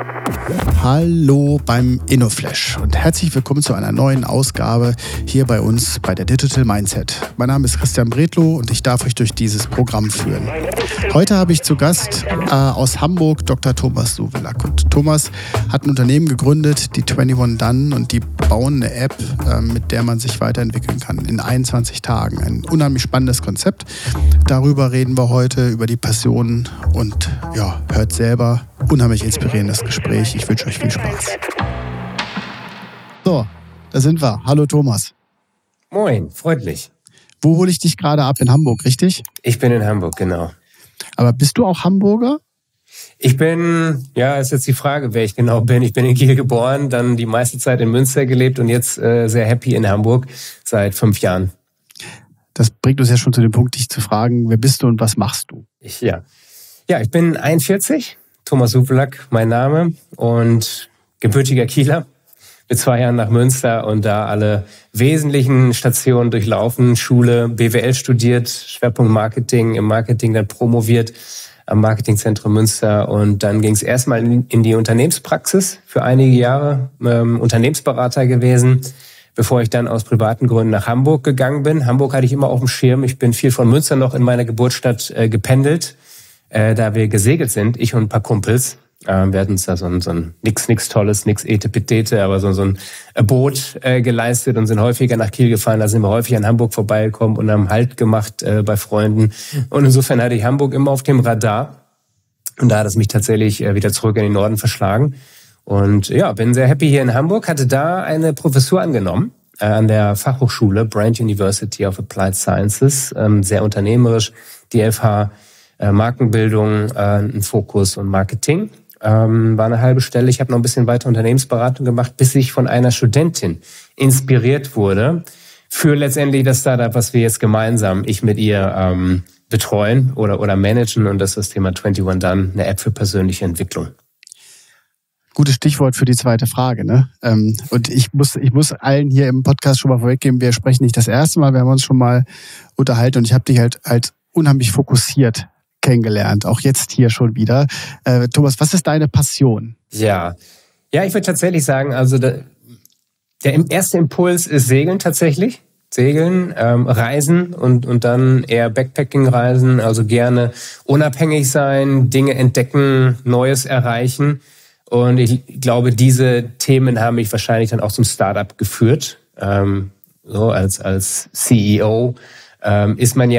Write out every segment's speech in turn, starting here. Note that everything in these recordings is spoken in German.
Hallo beim InnoFlash und herzlich willkommen zu einer neuen Ausgabe hier bei uns bei der Digital Mindset. Mein Name ist Christian Bredlow und ich darf euch durch dieses Programm führen. Heute habe ich zu Gast aus Hamburg Dr. Thomas Suwelak. Und Thomas hat ein Unternehmen gegründet, die 21 Done, und die bauen eine App, mit der man sich weiterentwickeln kann in 21 Tagen. Ein unheimlich spannendes Konzept. Darüber reden wir heute, über die Passion, und ja, hört selber. Unheimlich inspirierendes Gespräch. Ich wünsche euch viel Spaß. So, da sind wir. Hallo Thomas. Moin, freut mich. Wo hole ich dich gerade ab? In Hamburg, richtig? Ich bin in Hamburg, genau. Aber bist du auch Hamburger? Ich bin, ist jetzt die Frage, wer ich genau bin. Ich bin in Kiel geboren, dann die meiste Zeit in Münster gelebt und jetzt sehr happy in Hamburg seit 5 Jahren. Das bringt uns ja schon zu dem Punkt, dich zu fragen, wer bist du und was machst du? Ich bin 41, Thomas Suwelak, mein Name, und gebürtiger Kieler. Mit 2 Jahren nach Münster und da alle wesentlichen Stationen durchlaufen. Schule, BWL studiert, Schwerpunkt Marketing, im Marketing dann promoviert am Marketingzentrum Münster. Und dann ging es erstmal in die Unternehmenspraxis für einige Jahre, Unternehmensberater gewesen, bevor ich dann aus privaten Gründen nach Hamburg gegangen bin. Hamburg hatte ich immer auf dem Schirm. Ich bin viel von Münster noch in meiner Geburtsstadt gependelt, da wir gesegelt sind, ich und ein paar Kumpels. Wir hatten uns da so ein nix Tolles, nix Etepetete, aber so ein Boot geleistet und sind häufiger nach Kiel gefahren. Da sind wir häufig an Hamburg vorbeigekommen und haben Halt gemacht bei Freunden. Und insofern hatte ich Hamburg immer auf dem Radar. Und da hat es mich tatsächlich wieder zurück in den Norden verschlagen. Und bin sehr happy hier in Hamburg. Hatte da eine Professur angenommen an der Fachhochschule Brand University of Applied Sciences. Sehr unternehmerisch, die FH, Markenbildung, ein Fokus und Marketing. War eine halbe Stelle. Ich habe noch ein bisschen weiter Unternehmensberatung gemacht, bis ich von einer Studentin inspiriert wurde für letztendlich das Startup, was wir jetzt gemeinsam, ich mit ihr betreuen oder managen. Und das ist das Thema 21 Done, eine App für persönliche Entwicklung. Gutes Stichwort für die zweite Frage, ne? Und ich muss allen hier im Podcast schon mal vorweggeben, wir sprechen nicht das erste Mal, wir haben uns schon mal unterhalten und ich habe dich halt unheimlich fokussiert kennengelernt, auch jetzt hier schon wieder. Thomas, was ist deine Passion? Ja, ich würde tatsächlich sagen, also der erste Impuls ist Segeln tatsächlich. Segeln, Reisen und dann eher Backpacking-Reisen, also gerne unabhängig sein, Dinge entdecken, Neues erreichen. Und ich glaube, diese Themen haben mich wahrscheinlich dann auch zum Startup geführt. So als CEO ist man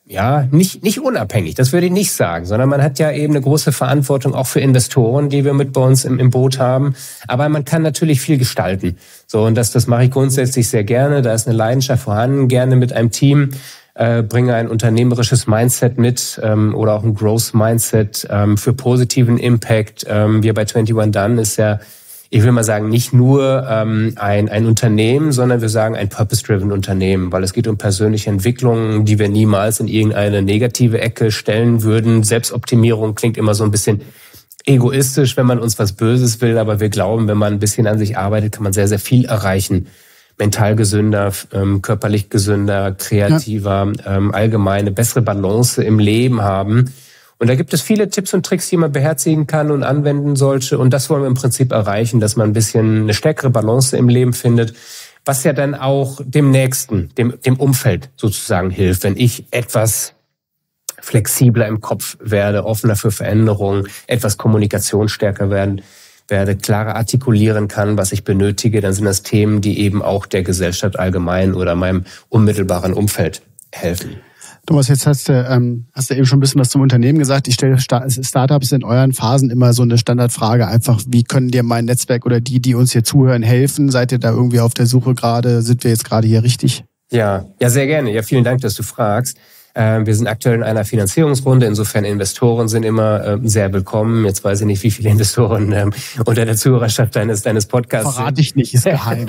nicht unabhängig, das würde ich nicht sagen, sondern man hat ja eben eine große Verantwortung auch für Investoren, die wir mit bei uns im Boot haben. Aber man kann natürlich viel gestalten. So, und das mache ich grundsätzlich sehr gerne. Da ist eine Leidenschaft vorhanden, gerne mit einem Team, bringe ein unternehmerisches Mindset mit oder auch ein Growth-Mindset für positiven Impact. Wir bei 21 Done ist ja, ich will mal sagen, nicht nur ein Unternehmen, sondern wir sagen ein purpose-driven Unternehmen, weil es geht um persönliche Entwicklung, die wir niemals in irgendeine negative Ecke stellen würden. Selbstoptimierung klingt immer so ein bisschen egoistisch, wenn man uns was Böses will, aber wir glauben, wenn man ein bisschen an sich arbeitet, kann man sehr, sehr viel erreichen. Mental gesünder, körperlich gesünder, kreativer, allgemeine, bessere Balance im Leben haben. Und da gibt es viele Tipps und Tricks, die man beherzigen kann und anwenden sollte. Und das wollen wir im Prinzip erreichen, dass man ein bisschen eine stärkere Balance im Leben findet, was ja dann auch dem Nächsten, dem Umfeld sozusagen hilft. Wenn ich etwas flexibler im Kopf werde, offener für Veränderungen, etwas kommunikationsstärker werde, klarer artikulieren kann, was ich benötige, dann sind das Themen, die eben auch der Gesellschaft allgemein oder meinem unmittelbaren Umfeld helfen. Thomas, jetzt hast du eben schon ein bisschen was zum Unternehmen gesagt. Ich stelle Startups in euren Phasen immer so eine Standardfrage, einfach, wie können dir mein Netzwerk oder die uns hier zuhören, helfen? Seid ihr da irgendwie auf der Suche gerade? Sind wir jetzt gerade hier richtig? Ja, sehr gerne. Ja, vielen Dank, dass du fragst. Wir sind aktuell in einer Finanzierungsrunde, insofern Investoren sind immer sehr willkommen. Jetzt weiß ich nicht, wie viele Investoren unter der Zuhörerschaft deines Podcasts Verrate ich nicht, ist geheim.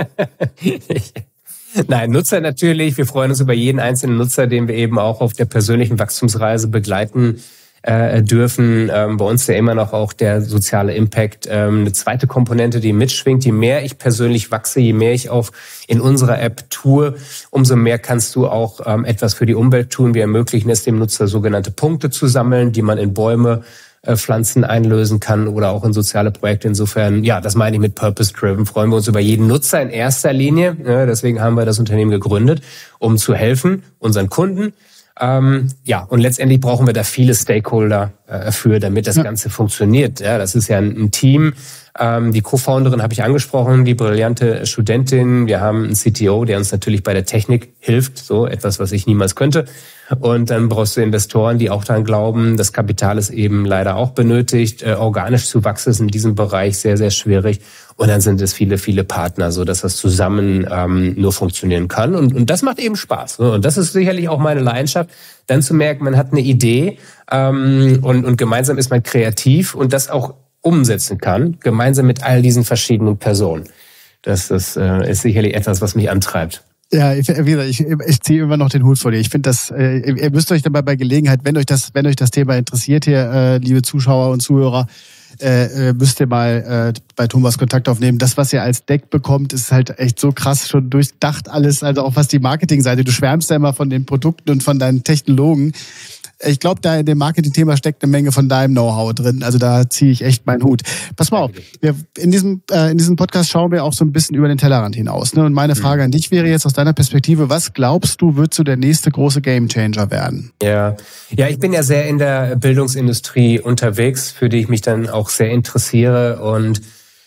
Nein, Nutzer natürlich. Wir freuen uns über jeden einzelnen Nutzer, den wir eben auch auf der persönlichen Wachstumsreise begleiten dürfen. Bei uns ja immer noch auch der soziale Impact. Eine zweite Komponente, die mitschwingt. Je mehr ich persönlich wachse, je mehr ich auch in unserer App tue, umso mehr kannst du auch etwas für die Umwelt tun. Wir ermöglichen es dem Nutzer, sogenannte Punkte zu sammeln, die man in Bäume Pflanzen einlösen kann oder auch in soziale Projekte. Insofern, ja, das meine ich mit Purpose-Driven. Freuen wir uns über jeden Nutzer in erster Linie. Ja, deswegen haben wir das Unternehmen gegründet, um zu helfen, unseren Kunden. Und letztendlich brauchen wir da viele Stakeholder für, damit das Ganze funktioniert. Ja, das ist ja ein Team. Die Co-Founderin habe ich angesprochen, die brillante Studentin. Wir haben einen CTO, der uns natürlich bei der Technik hilft, so etwas, was ich niemals könnte. Und dann brauchst du Investoren, die auch daran glauben. Das Kapital ist eben leider auch benötigt. Organisch zu wachsen ist in diesem Bereich sehr, sehr schwierig. Und dann sind es viele, viele Partner, so dass das zusammen nur funktionieren kann. Und das macht eben Spaß. Und das ist sicherlich auch meine Leidenschaft, dann zu merken, man hat eine Idee und gemeinsam ist man kreativ und das auch umsetzen kann, gemeinsam mit all diesen verschiedenen Personen. Das ist sicherlich etwas, was mich antreibt. Ja, ich ziehe immer noch den Hut vor dir. Ich finde das, ihr müsst euch dabei bei Gelegenheit, wenn euch das Thema interessiert hier, liebe Zuschauer und Zuhörer, müsst ihr mal bei Thomas Kontakt aufnehmen. Das, was ihr als Deck bekommt, ist halt echt so krass schon durchdacht alles, also auch was die Marketingseite. Du schwärmst ja immer von den Produkten und von deinen Technologen. Ich glaube, da in dem Marketing-Thema steckt eine Menge von deinem Know-how drin. Also da ziehe ich echt meinen Hut. Pass mal auf, in diesem Podcast schauen wir auch so ein bisschen über den Tellerrand hinaus. Ne? Und meine Frage an dich wäre jetzt aus deiner Perspektive, was glaubst du, wird so der nächste große Gamechanger werden? Ja, ich bin ja sehr in der Bildungsindustrie unterwegs, für die ich mich dann auch sehr interessiere. Und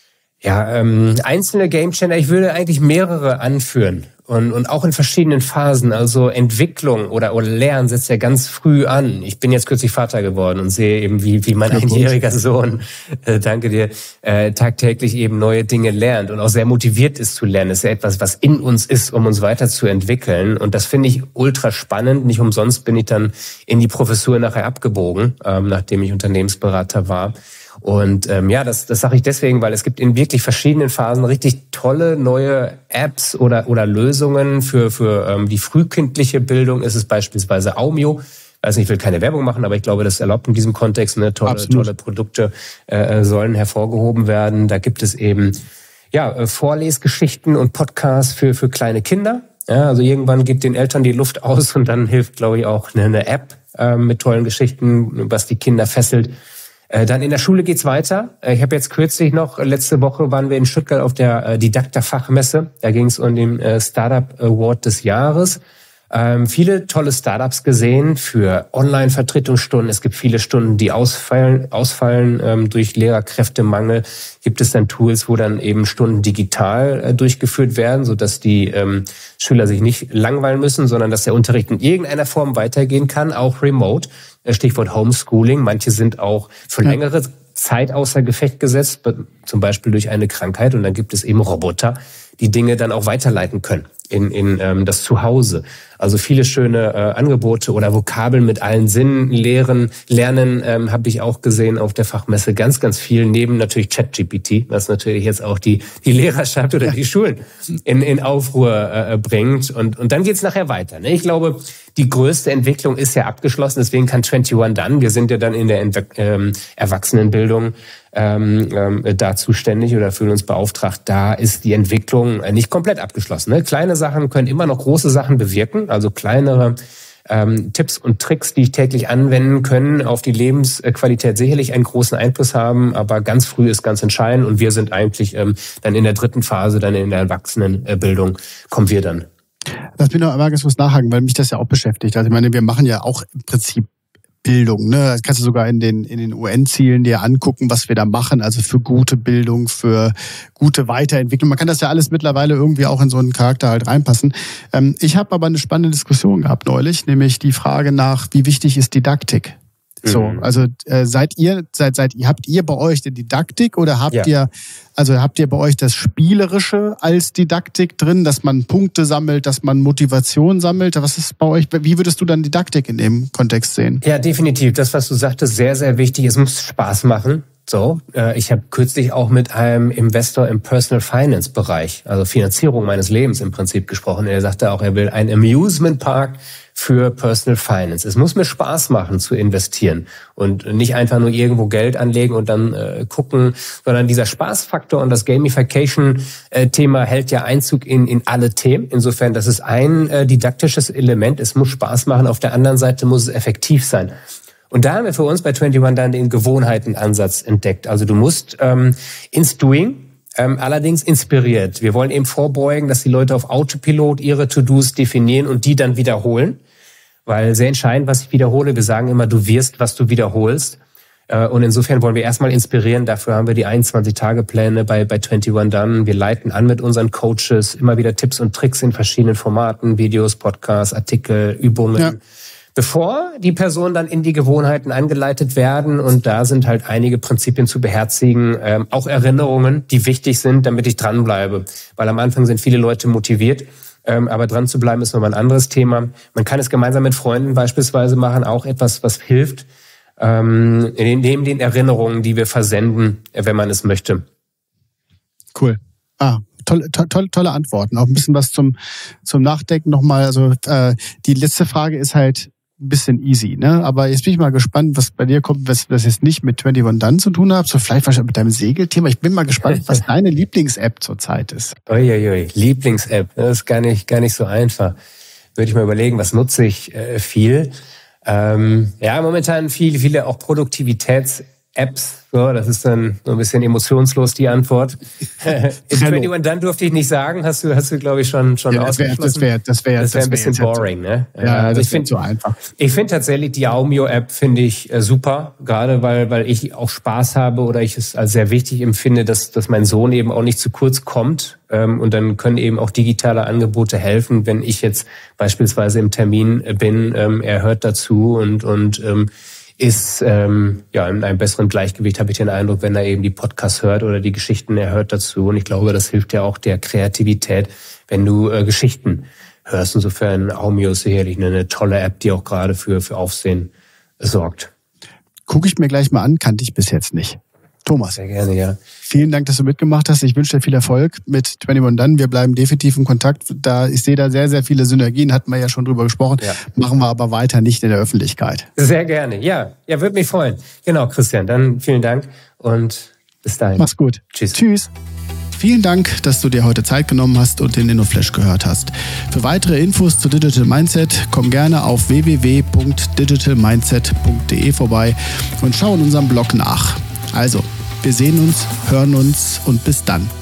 einzelne Gamechanger, ich würde eigentlich mehrere anführen. Und auch in verschiedenen Phasen, also Entwicklung oder Lernen setzt ja ganz früh an. Ich bin jetzt kürzlich Vater geworden und sehe eben, wie mein einjähriger Sohn, danke dir, tagtäglich eben neue Dinge lernt und auch sehr motiviert ist zu lernen. Das ist ja etwas, was in uns ist, um uns weiterzuentwickeln. Und das finde ich ultra spannend. Nicht umsonst bin ich dann in die Professur nachher abgebogen, nachdem ich Unternehmensberater war. Und das sage ich deswegen, weil es gibt in wirklich verschiedenen Phasen richtig tolle neue Apps oder Lösungen für die frühkindliche Bildung. Ist es beispielsweise Aumio. Also ich will keine Werbung machen, aber ich glaube, das ist erlaubt in diesem Kontext. Ne? Tolle Produkte sollen hervorgehoben werden. Da gibt es eben Vorlesgeschichten und Podcasts für kleine Kinder. Ja, also irgendwann gibt den Eltern die Luft aus und dann hilft, glaube ich, auch eine App mit tollen Geschichten, was die Kinder fesselt. Dann in der Schule geht's weiter. Ich habe jetzt kürzlich letzte Woche waren wir in Stuttgart auf der Didakta-Fachmesse. Da ging es um den Startup Award des Jahres. Viele tolle Startups gesehen für Online-Vertretungsstunden. Es gibt viele Stunden, die ausfallen durch Lehrerkräftemangel. Gibt es dann Tools, wo dann eben Stunden digital durchgeführt werden, sodass die Schüler sich nicht langweilen müssen, sondern dass der Unterricht in irgendeiner Form weitergehen kann, auch remote. Stichwort Homeschooling. Manche sind auch für längere Zeit außer Gefecht gesetzt, zum Beispiel durch eine Krankheit. Und dann gibt es eben Roboter, die Dinge dann auch weiterleiten können in das Zuhause. Also viele schöne Angebote oder Vokabeln mit allen Sinnen lernen habe ich auch gesehen auf der Fachmesse. Ganz, ganz viel, neben natürlich ChatGPT, was natürlich jetzt auch die Lehrerschaft oder die Schulen in Aufruhr bringt. Und dann geht's nachher weiter. Ne? Ich glaube, die größte Entwicklung ist ja abgeschlossen, deswegen kann 21 dann, wir sind ja dann in der Erwachsenenbildung da zuständig oder fühlen uns beauftragt, da ist die Entwicklung nicht komplett abgeschlossen. Ne? Kleine Sachen können immer noch große Sachen bewirken, also kleinere Tipps und Tricks, die ich täglich anwenden können, auf die Lebensqualität sicherlich einen großen Einfluss haben, aber ganz früh ist ganz entscheidend und wir sind eigentlich dann in der dritten Phase, dann in der Erwachsenenbildung kommen wir dann. Lass mich noch einmal ganz kurz nachhaken, weil mich das ja auch beschäftigt. Also ich meine, wir machen ja auch im Prinzip Bildung, ne? Das kannst du sogar in den UN-Zielen dir angucken, was wir da machen, also für gute Bildung, für gute Weiterentwicklung. Man kann das ja alles mittlerweile irgendwie auch in so einen Charakter halt reinpassen. Ich habe aber eine spannende Diskussion gehabt neulich, nämlich die Frage nach, wie wichtig ist Didaktik? So, also habt ihr bei euch die Didaktik oder habt ihr bei euch das Spielerische als Didaktik drin, dass man Punkte sammelt, dass man Motivation sammelt? Was ist bei euch, wie würdest du dann Didaktik in dem Kontext sehen? Ja, definitiv. Das, was du sagtest, sehr, sehr wichtig. Es muss Spaß machen. So, ich habe kürzlich auch mit einem Investor im Personal Finance Bereich, also Finanzierung meines Lebens im Prinzip gesprochen. Er sagte auch, er will einen Amusement Park für Personal Finance. Es muss mir Spaß machen zu investieren und nicht einfach nur irgendwo Geld anlegen und dann gucken, sondern dieser Spaßfaktor und das Gamification-Thema hält ja Einzug in alle Themen. Insofern, das ist ein didaktisches Element. Es muss Spaß machen. Auf der anderen Seite muss es effektiv sein. Und da haben wir für uns bei 21 dann den Gewohnheitenansatz entdeckt. Also du musst ins Doing, allerdings inspiriert. Wir wollen eben vorbeugen, dass die Leute auf Autopilot ihre To-Dos definieren und die dann wiederholen. Weil sehr entscheidend, was ich wiederhole, wir sagen immer, du wirst, was du wiederholst. Und insofern wollen wir erstmal inspirieren. Dafür haben wir die 21-Tage-Pläne bei 21 Done. Wir leiten an mit unseren Coaches immer wieder Tipps und Tricks in verschiedenen Formaten, Videos, Podcasts, Artikel, Übungen. Ja. Bevor die Personen dann in die Gewohnheiten angeleitet werden. Und da sind halt einige Prinzipien zu beherzigen, auch Erinnerungen, die wichtig sind, damit ich dranbleibe. Weil am Anfang sind viele Leute motiviert, aber dran zu bleiben ist nochmal ein anderes Thema. Man kann es gemeinsam mit Freunden beispielsweise machen, auch etwas, was hilft, neben den Erinnerungen, die wir versenden, wenn man es möchte. Cool. Tolle Antworten. Auch ein bisschen was zum Nachdenken nochmal. Also die letzte Frage ist halt ein bisschen easy, ne? Aber jetzt bin ich mal gespannt, was bei dir kommt, was jetzt nicht mit 21 Done zu tun hat, so vielleicht wahrscheinlich mit deinem Segelthema. Ich bin mal gespannt, was deine Lieblings-App zurzeit ist. Uiuiui, Lieblings-App, das ist gar nicht so einfach. Würde ich mal überlegen, was nutze ich viel? Momentan viele auch Produktivitäts-Apps. So, das ist dann so ein bisschen emotionslos, die Antwort. In 21 Done durfte ich nicht sagen, hast du glaube ich, schon ausgeschlossen. Das wäre ein bisschen boring, ne? Ja, also ich finde so einfach. Ich finde tatsächlich die Aumio-App finde ich super, gerade weil ich auch Spaß habe oder ich es als sehr wichtig empfinde, dass mein Sohn eben auch nicht zu kurz kommt. Und dann können eben auch digitale Angebote helfen, wenn ich jetzt beispielsweise im Termin bin, er hört dazu und ist in einem besseren Gleichgewicht, habe ich den Eindruck, wenn er eben die Podcasts hört oder die Geschichten, er hört dazu. Und ich glaube, das hilft ja auch der Kreativität, wenn du Geschichten hörst. Insofern Aumio ist sicherlich eine tolle App, die auch gerade für Aufsehen sorgt. Gucke ich mir gleich mal an, kannte ich bis jetzt nicht. Thomas. Sehr gerne, ja. Vielen Dank, dass du mitgemacht hast. Ich wünsche dir viel Erfolg mit 21 Done. Wir bleiben definitiv in Kontakt. Ich sehe da sehr, sehr viele Synergien, hatten wir ja schon drüber gesprochen. Ja. Machen wir aber weiter nicht in der Öffentlichkeit. Sehr gerne, ja. Ja, würde mich freuen. Genau, Christian, dann vielen Dank und bis dahin. Mach's gut. Tschüss. Vielen Dank, dass du dir heute Zeit genommen hast und den InnoFlash gehört hast. Für weitere Infos zu Digital Mindset komm gerne auf www.digitalmindset.de vorbei und schau in unserem Blog nach. Also, wir sehen uns, hören uns und bis dann.